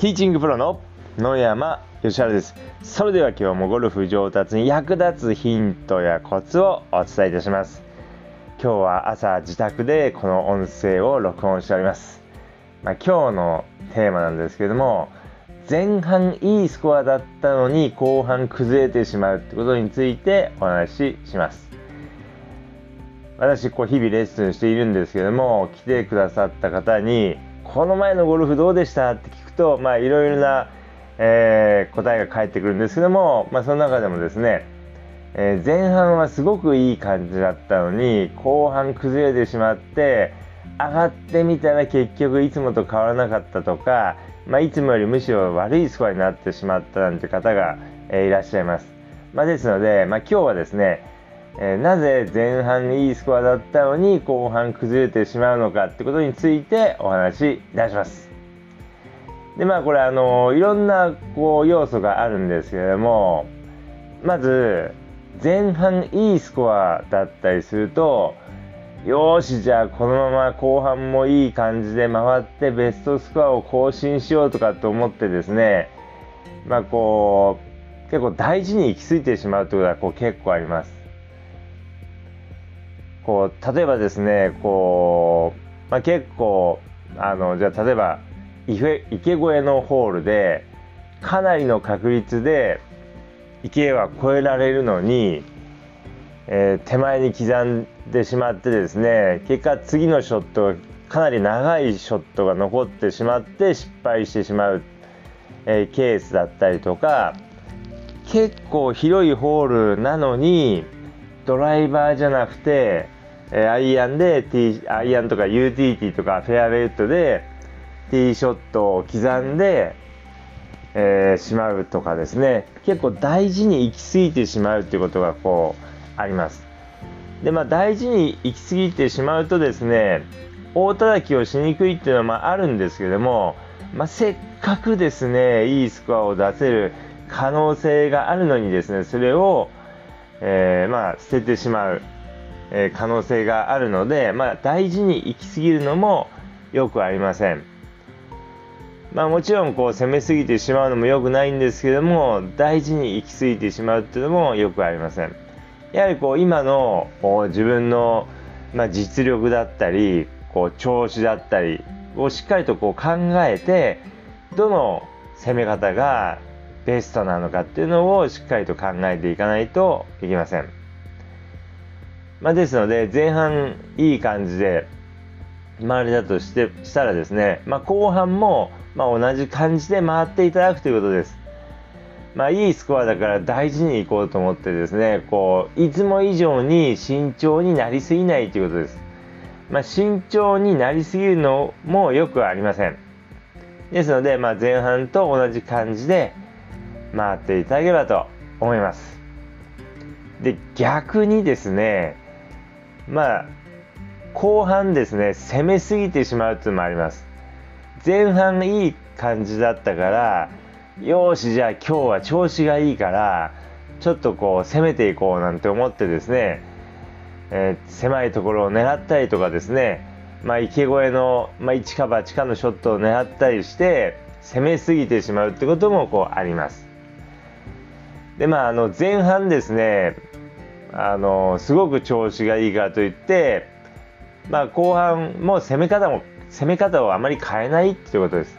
ティーチングプロの野山義晴です。それでは今日もゴルフ上達に役立つヒントやコツをお伝えいたします。今日は朝自宅でこの音声を録音しております。今日のテーマなんですけれども、前半いいスコアだったのに後半崩れてしまうってことについてお話しします。私日々レッスンしているんですけども、来てくださった方にこの前のゴルフどうでしたって聞くと、いろいろな、答えが返ってくるんですけども、その中でもですね、前半はすごくいい感じだったのに後半崩れてしまって上がってみたら結局いつもと変わらなかったとか、いつもよりむしろ悪いスコアになってしまったなんて方が、いらっしゃいます。ですので、今日はですね、なぜ前半いいスコアだったのに後半崩れてしまうのかってことについてお話しいたします。でこれいろんな要素があるんですけれども、まず前半いいスコアだったりすると、よしじゃあこのまま後半もいい感じで回ってベストスコアを更新しようとかと思ってですね、結構大事に行き過ぎてしまうということが結構あります。例えばですね、結構じゃあ例えば池越えのホールでかなりの確率で池は越えられるのに、手前に刻んでしまってですね、結果次のショットかなり長いショットが残ってしまって失敗してしまう、ケースだったりとか、結構広いホールなのにドライバーじゃなくてアイアンとかユーティリティとかフェアウェイウッドでティーショットを刻んで、しまうとかですね、結構大事に行き過ぎてしまうということがあります。で大事に行き過ぎてしまうとですね、大叩きをしにくいっていうのはあるんですけれども、せっかくですねいいスコアを出せる可能性があるのにですね、それを捨ててしまう、可能性があるので、大事に行き過ぎるのもよくありません。もちろん攻めすぎてしまうのも良くないんですけども、大事に行き過ぎてしまうっていうのもよくありません。やはり今の自分の、実力だったり調子だったりをしっかりと考えて、どの攻め方がベストなのかっていうのをしっかりと考えていかないといけません。ですので前半いい感じで回れたとしたらですね、後半も同じ感じで回っていただくということです。いいスコアだから大事にいこうと思ってですね、いつも以上に慎重になりすぎないということです。慎重になりすぎるのもよくありません。ですので、前半と同じ感じで回っていただければと思います。で逆にですね、後半ですね攻めすぎてしまうというのもあります。前半いい感じだったから、よしじゃあ今日は調子がいいからちょっと攻めていこうなんて思ってですね、狭いところを狙ったりとかですね、池越えの、一か八かのショットを狙ったりして攻めすぎてしまうってこともあります。で前半ですね、すごく調子がいいからといって、後半も攻め方をあまり変えないということです。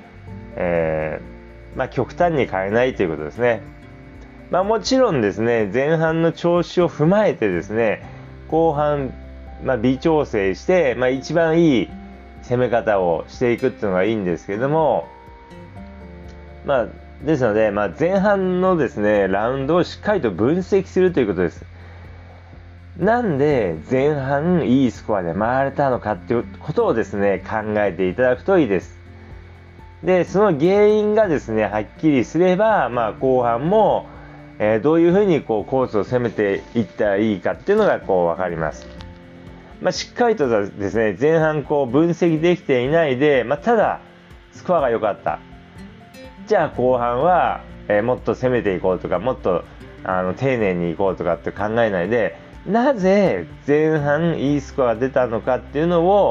極端に変えないということですね。もちろんですね、前半の調子を踏まえてですね、後半、微調整して、一番いい攻め方をしていくっていうのがいいんですけども、ですので、前半のですねラウンドをしっかりと分析するということです。なんで前半いいスコアで回れたのかっていうことをですね考えていただくといいです。でその原因がですねはっきりすれば、後半も、どういうふうにコースを攻めていったらいいかっていうのが分かります。しっかりとですね前半分析できていないで、ただスコアが良かった、じゃあ後半は、もっと攻めていこうとか、もっと丁寧にいこうとかって考えないで、なぜ前半いいスコアが出たのかっていうのを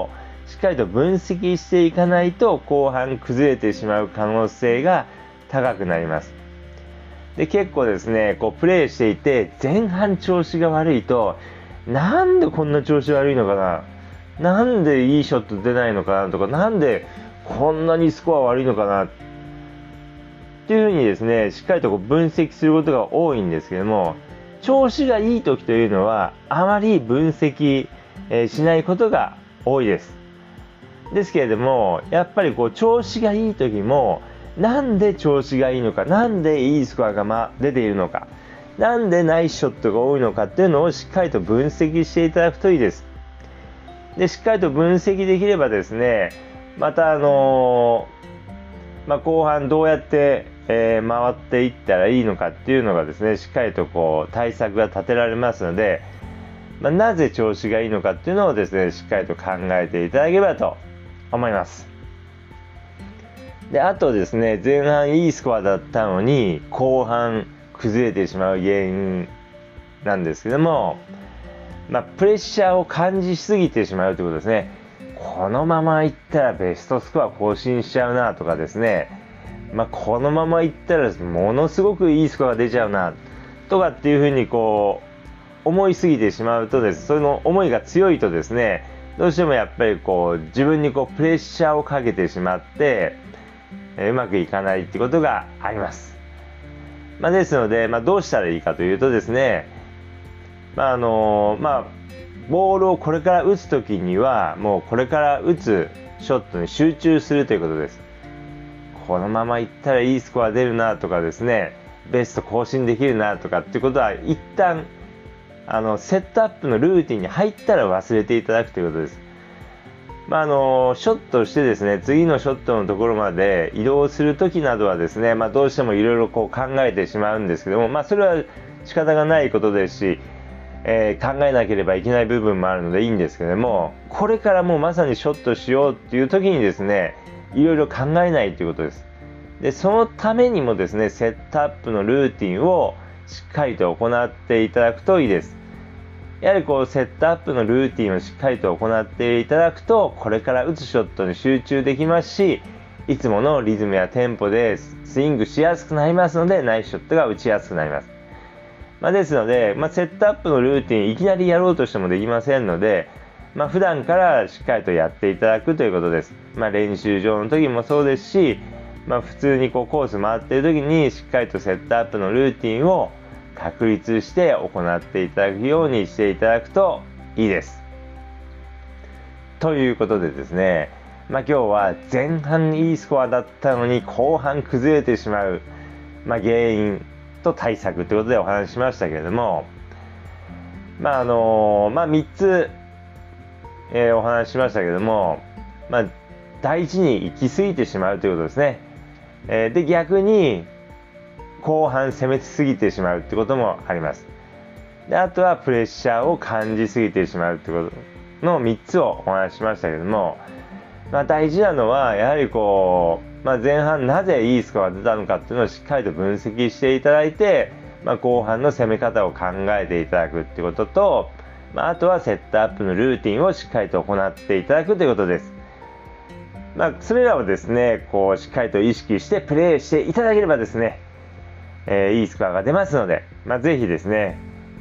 しっかりと分析していかないと後半崩れてしまう可能性が高くなります。で結構ですねプレーしていて前半調子が悪いと、なんでこんな調子悪いのかな、なんでいいショット出ないのかなとか、なんでこんなにスコア悪いのかなっていうふうにですねしっかりと分析することが多いんですけども、調子がいい時というのはあまり分析しないことが多いです。ですけれども、やっぱり調子がいい時もなんで調子がいいのか、なんでいいスコアが出ているのか、なんでナイスショットが多いのかっていうのをしっかりと分析していただくといいです。でしっかりと分析できればですね、また後半どうやって回っていったらいいのかっていうのがですねしっかりと対策が立てられますので、なぜ調子がいいのかっていうのをですねしっかりと考えていただければと思います。であとですね、前半いいスコアだったのに後半崩れてしまう原因なんですけども、プレッシャーを感じすぎてしまうということですね。このままいったらベストスコア更新しちゃうなとかですね、このままいったらものすごくいいスコアが出ちゃうなとかっていうふうに思いすぎてしまうとです、その思いが強いとですね、どうしてもやっぱり自分にプレッシャーをかけてしまってうまくいかないってことがあります。ですので、どうしたらいいかというとですね、ボールをこれから打つときにはもうこれから打つショットに集中するということです。このままいったらいいスコア出るなとかですね、ベスト更新できるなとかっていうことは一旦セットアップのルーティンに入ったら忘れていただくということです。ショットしてですね、次のショットのところまで移動するときなどはですね、どうしてもいろいろ考えてしまうんですけども、それは仕方がないことですし、考えなければいけない部分もあるのでいいんですけども、これからもうまさにショットしようっていうときにですね、いろいろ考えないということです。で、そのためにもですね、セットアップのルーティンをしっかりと行っていただくといいです。やはりセットアップのルーティンをしっかりと行っていただくと、これから打つショットに集中できますし、いつものリズムやテンポでスイングしやすくなりますので、ナイスショットが打ちやすくなります。ですので、セットアップのルーティンいきなりやろうとしてもできませんので、普段からしっかりとやっていただくということです。練習場の時もそうですし、普通にコース回っている時にしっかりとセットアップのルーティンを確立して行っていただくようにしていただくといいです。ということでですね、今日は前半いいスコアだったのに後半崩れてしまう、原因と対策ということでお話ししましたけれども、3つ、お話ししましたけれども、大事に行き過ぎてしまうということですね。で逆に後半攻めすぎてしまうということもあります。であとはプレッシャーを感じすぎてしまうということの3つをお話ししましたけれども、大事なのはやはり前半なぜいいスコアが出たのかっていうのをしっかりと分析していただいて、後半の攻め方を考えていただくっていうことと、あとはセットアップのルーティンをしっかりと行っていただくということです。それらをですねしっかりと意識してプレーしていただければですね、いいスコアが出ますので、ぜひですね、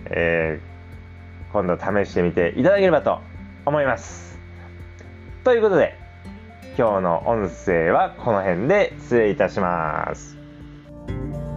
今度試してみていただければと思います。ということで今日の音声はこの辺で失礼いたします。